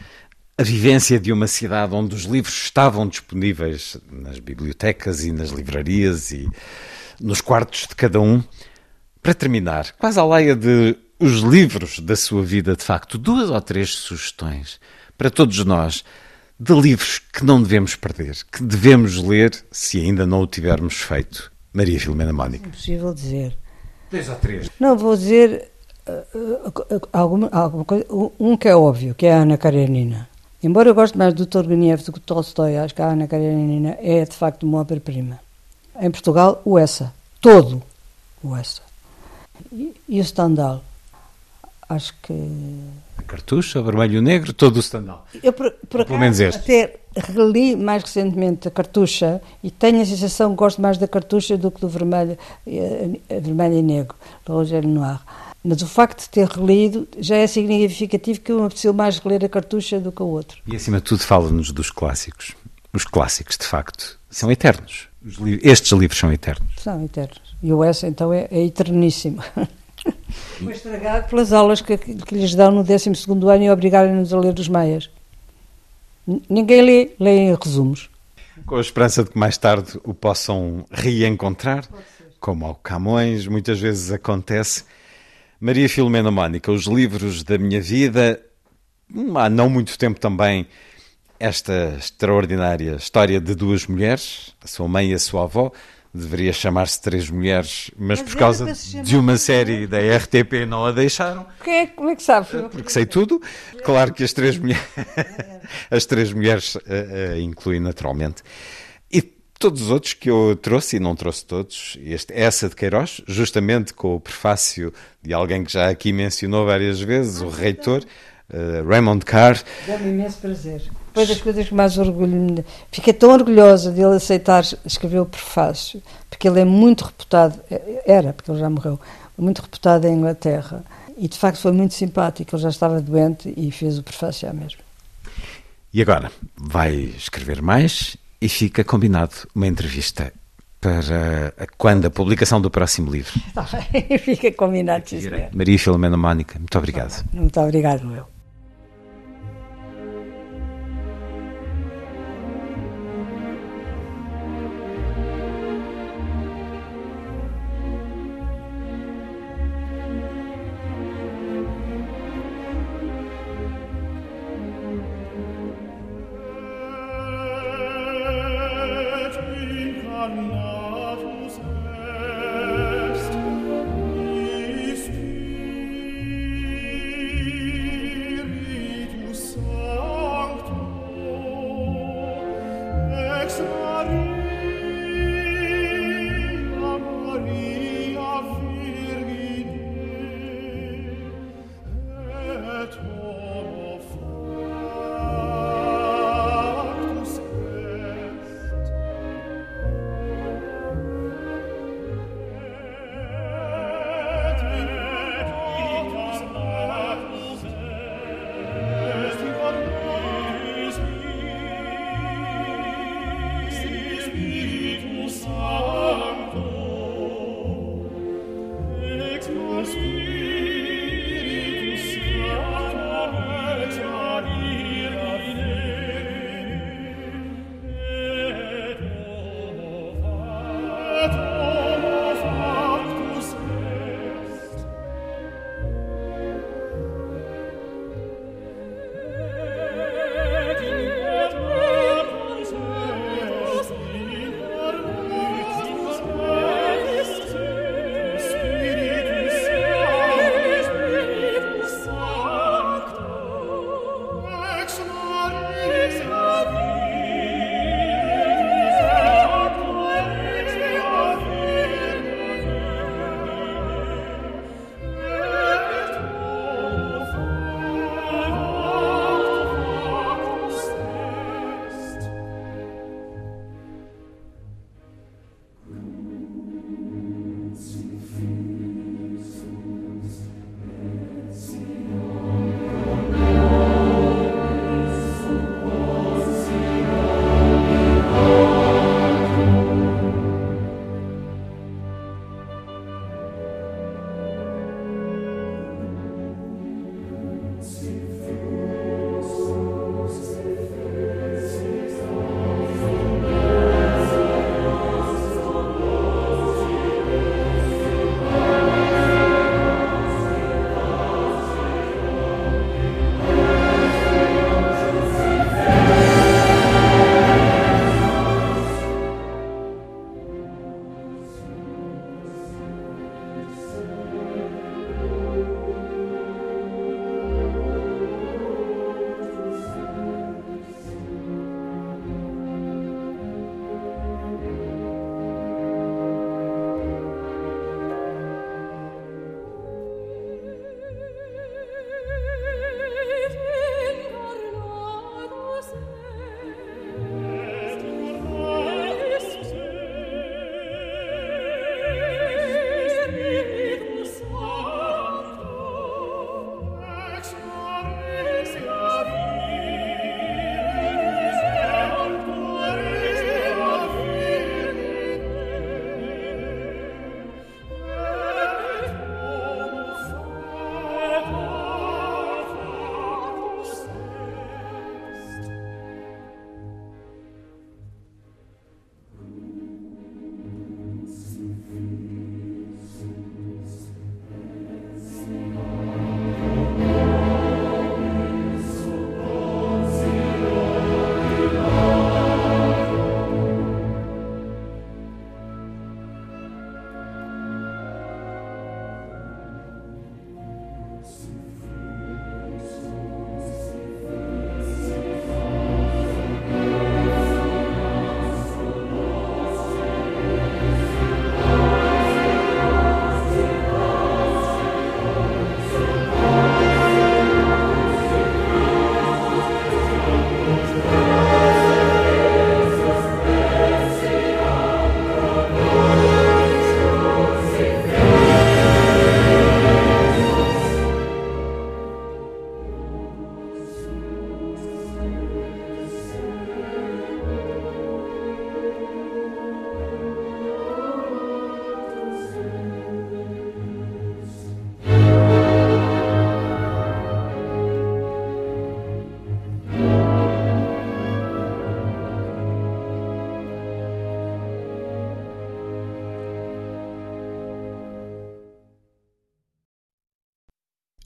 S2: a vivência de uma cidade onde os livros estavam disponíveis nas bibliotecas e nas livrarias e nos quartos de cada um. Para terminar, quase à laia de os livros da sua vida, de facto, duas ou três sugestões para todos nós de livros que não devemos perder, que devemos ler se ainda não o tivermos feito. Maria Filomena Mónica.
S3: Impossível dizer.
S2: Dois ou três.
S3: Não, vou dizer uh, uh, alguma, alguma coisa. Um que é óbvio, que é a Ana Karenina. Embora eu goste mais do Turgenev do que do Tolstói, acho que a Ana Karenina é de facto uma obra-prima. Em Portugal, o Essa. Todo o Essa. E, e o Stendhal. Acho que...
S2: A Cartucha, o Vermelho e o Negro, todo o Stendhal.
S3: Eu, por, por
S2: pelo menos este.
S3: Até reli mais recentemente a Cartucha e tenho a sensação que gosto mais da Cartucha do que do Vermelho, vermelho e Negro, do Rogério Noir. Mas o facto de ter relido já é significativo que eu me apeteceu mais reler a Cartucha do que o outro.
S2: E acima de tudo fala-nos dos clássicos. Os clássicos, de facto, são eternos. Os li- estes livros são eternos.
S3: São eternos. E o Essa, então, é, é eterníssimo. Foi estragado pelas aulas que, que lhes dão no décimo segundo ano e obrigarem-nos a ler os Maias. Ninguém lê, leem resumos.
S2: Com a esperança de que mais tarde o possam reencontrar, como ao Camões muitas vezes acontece. Maria Filomena Mónica, os livros da minha vida, há não muito tempo também, esta extraordinária história de duas mulheres, a sua mãe e a sua avó. Deveria chamar-se Três Mulheres, mas, mas por causa de uma série da R T P não a deixaram.
S3: Quem é, como é que sabe?
S2: Porque sei tudo. Claro que as Três Mulheres, as três mulheres uh, uh, incluem naturalmente. E todos os outros que eu trouxe, e não trouxe todos, este, essa de Queiroz, justamente com o prefácio de alguém que já aqui mencionou várias vezes, o reitor, uh, Raymond Carr.
S3: Deu-me imenso prazer. Foi das coisas que mais orgulho. Fiquei tão orgulhosa de ele aceitar escrever o prefácio, porque ele é muito reputado, era, porque ele já morreu, muito reputado em Inglaterra. E de facto foi muito simpático, ele já estava doente e fez o prefácio já mesmo.
S2: E agora vai escrever mais e fica combinado uma entrevista para a, quando a publicação do próximo livro.
S3: Está bem, fica combinado.
S2: Maria Filomena Mónica, muito obrigado.
S3: Muito obrigado, eu.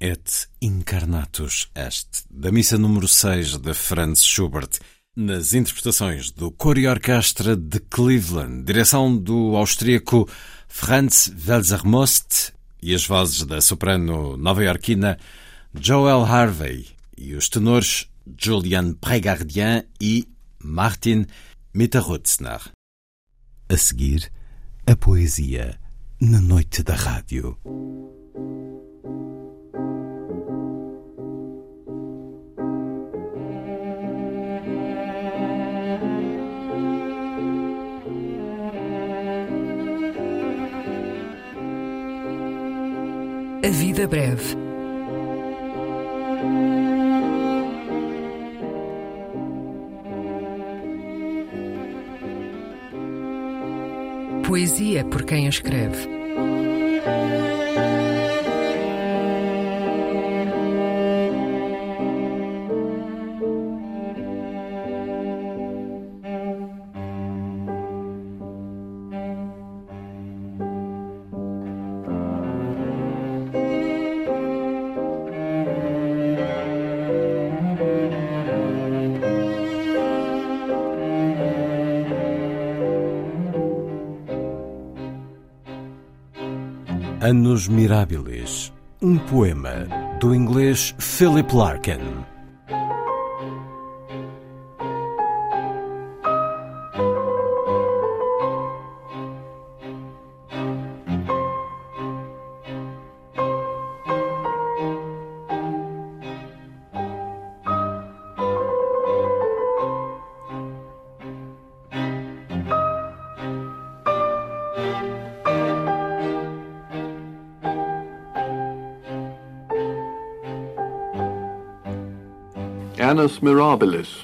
S2: et incarnatus est, da missa número seis de Franz Schubert, nas interpretações do Coro e Orquestra de Cleveland, direção do austríaco Franz Welser-Most e as vozes da soprano nova-iorquina Joelle Harvey e os tenores Julian Prégardien e Martin Mitterruzner. A seguir, a poesia na noite da rádio.
S1: A vida breve. Poesia por quem a escreve.
S2: Annus Mirabilis, um poema do inglês Philip Larkin.
S4: Annus Mirabilis.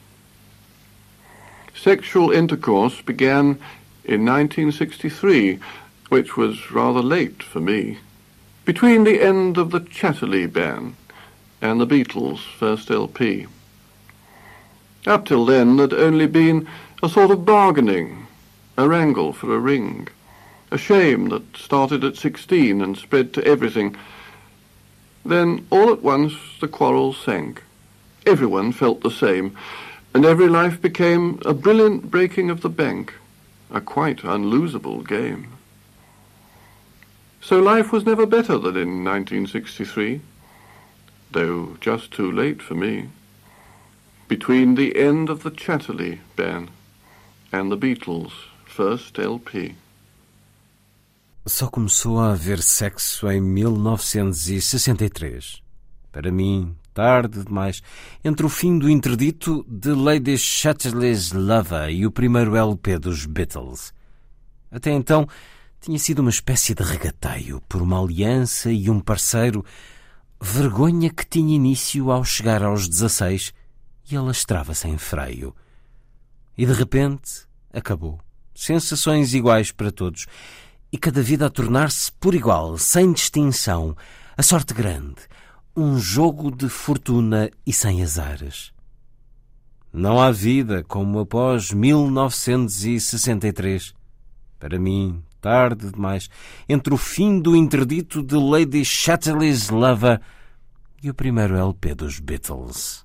S4: Sexual intercourse began in nineteen sixty-three, which was rather late for me, between the end of the Chatterley ban and the Beatles' first L P. Up till then there'd only been a sort of bargaining, a wrangle for a ring, a shame that started at sixteen and spread to everything. Then all at once the quarrel sank. Everyone felt the same, and every life became a brilliant breaking of the bank, a quite unlosable game. So life was never better than in nineteen sixty-three, though just too late for me, between the end of the Chatterley ban and the Beatles' first L P.
S2: Só começou a haver sexo em mil novecentos e sessenta e três. Para mim, tarde demais, entre o fim do interdito de Lady Chatterley's Lover e o primeiro L P dos Beatles. Até então, tinha sido uma espécie de regateio por uma aliança e um parceiro, vergonha que tinha início ao chegar aos dezasseis e alastrava sem freio. E de repente, acabou. Sensações iguais para todos, e cada vida a tornar-se por igual, sem distinção, a sorte grande, um jogo de fortuna e sem azares. Não há vida como após mil novecentos e sessenta e três. Para mim, tarde demais, entre o fim do interdito de Lady Chatterley's Lover e o primeiro L P dos Beatles.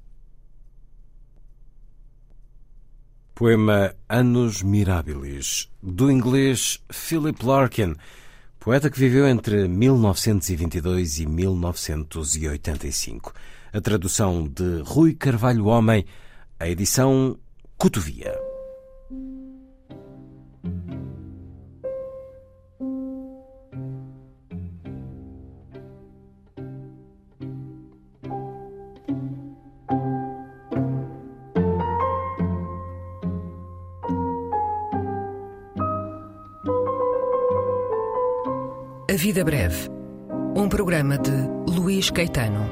S2: Poema Annus Mirabilis, do inglês Philip Larkin, poeta que viveu entre mil novecentos e vinte e dois e mil novecentos e oitenta e cinco. A tradução de Rui Carvalho Homem, a edição Cotovia.
S1: A Vida Breve, um programa de Luís Caetano.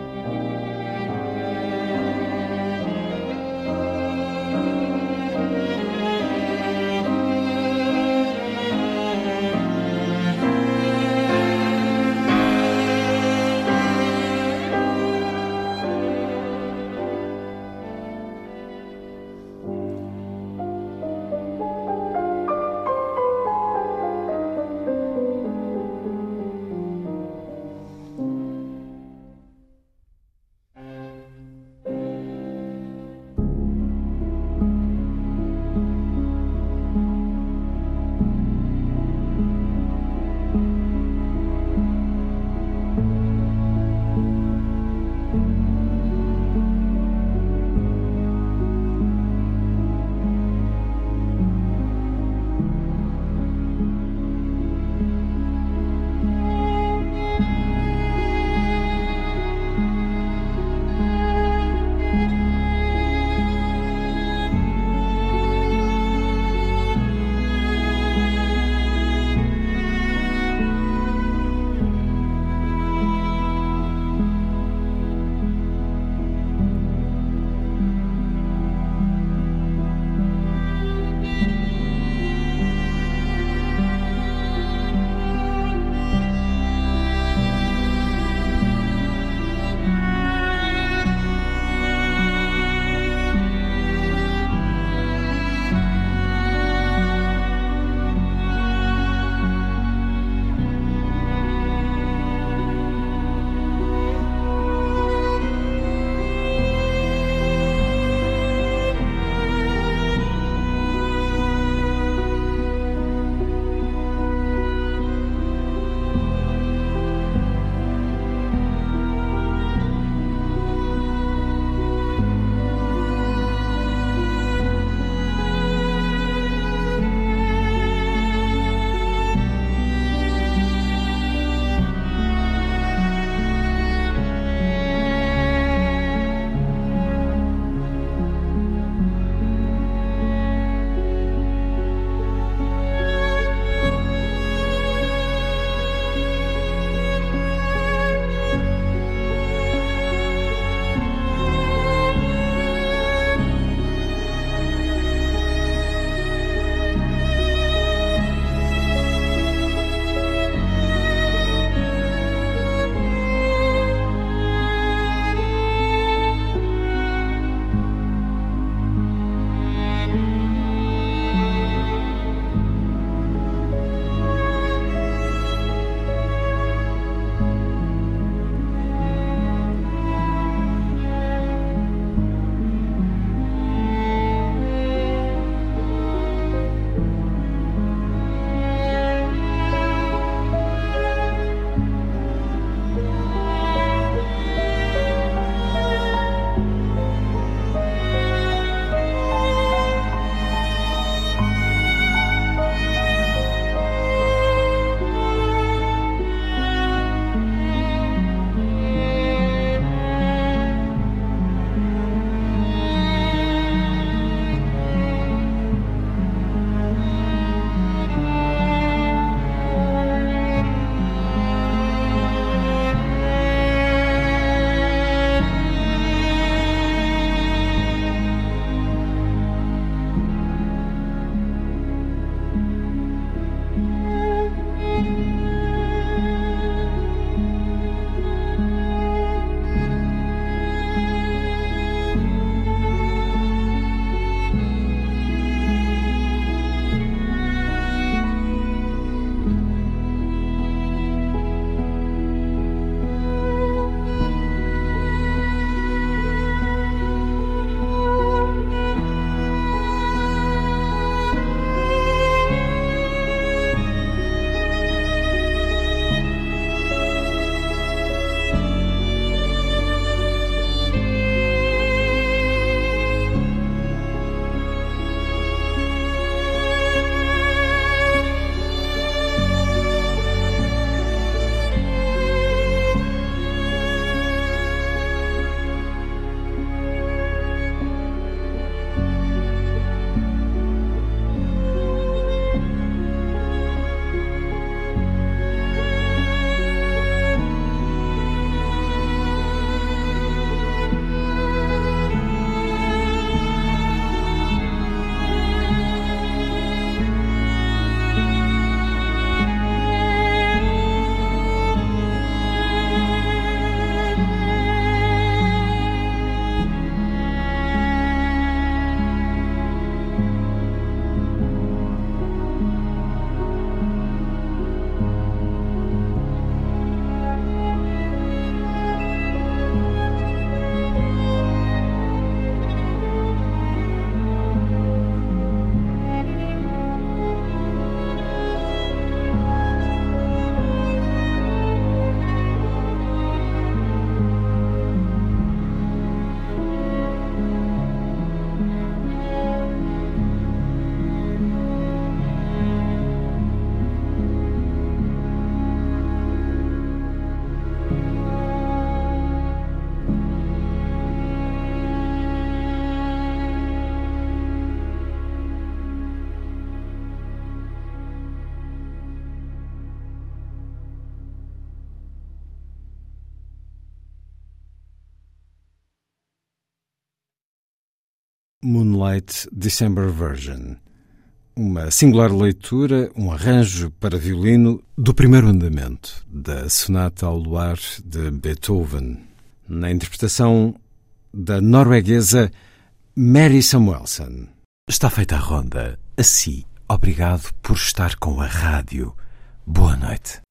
S2: Moonlight December Version, uma singular leitura, um arranjo para violino do primeiro andamento da Sonata ao Luar de Beethoven, na interpretação da norueguesa Mary Samuelson. Está feita a ronda. Assim, obrigado por estar com a rádio. Boa noite.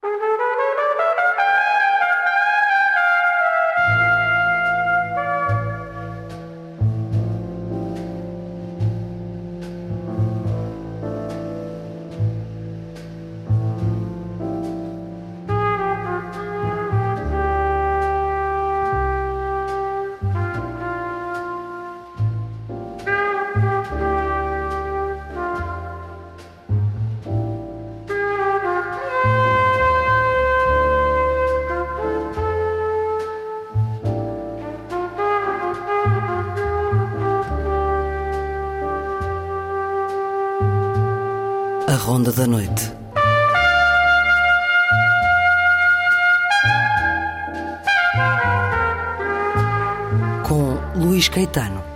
S1: A Ronda da Noite. Com Luís Caetano.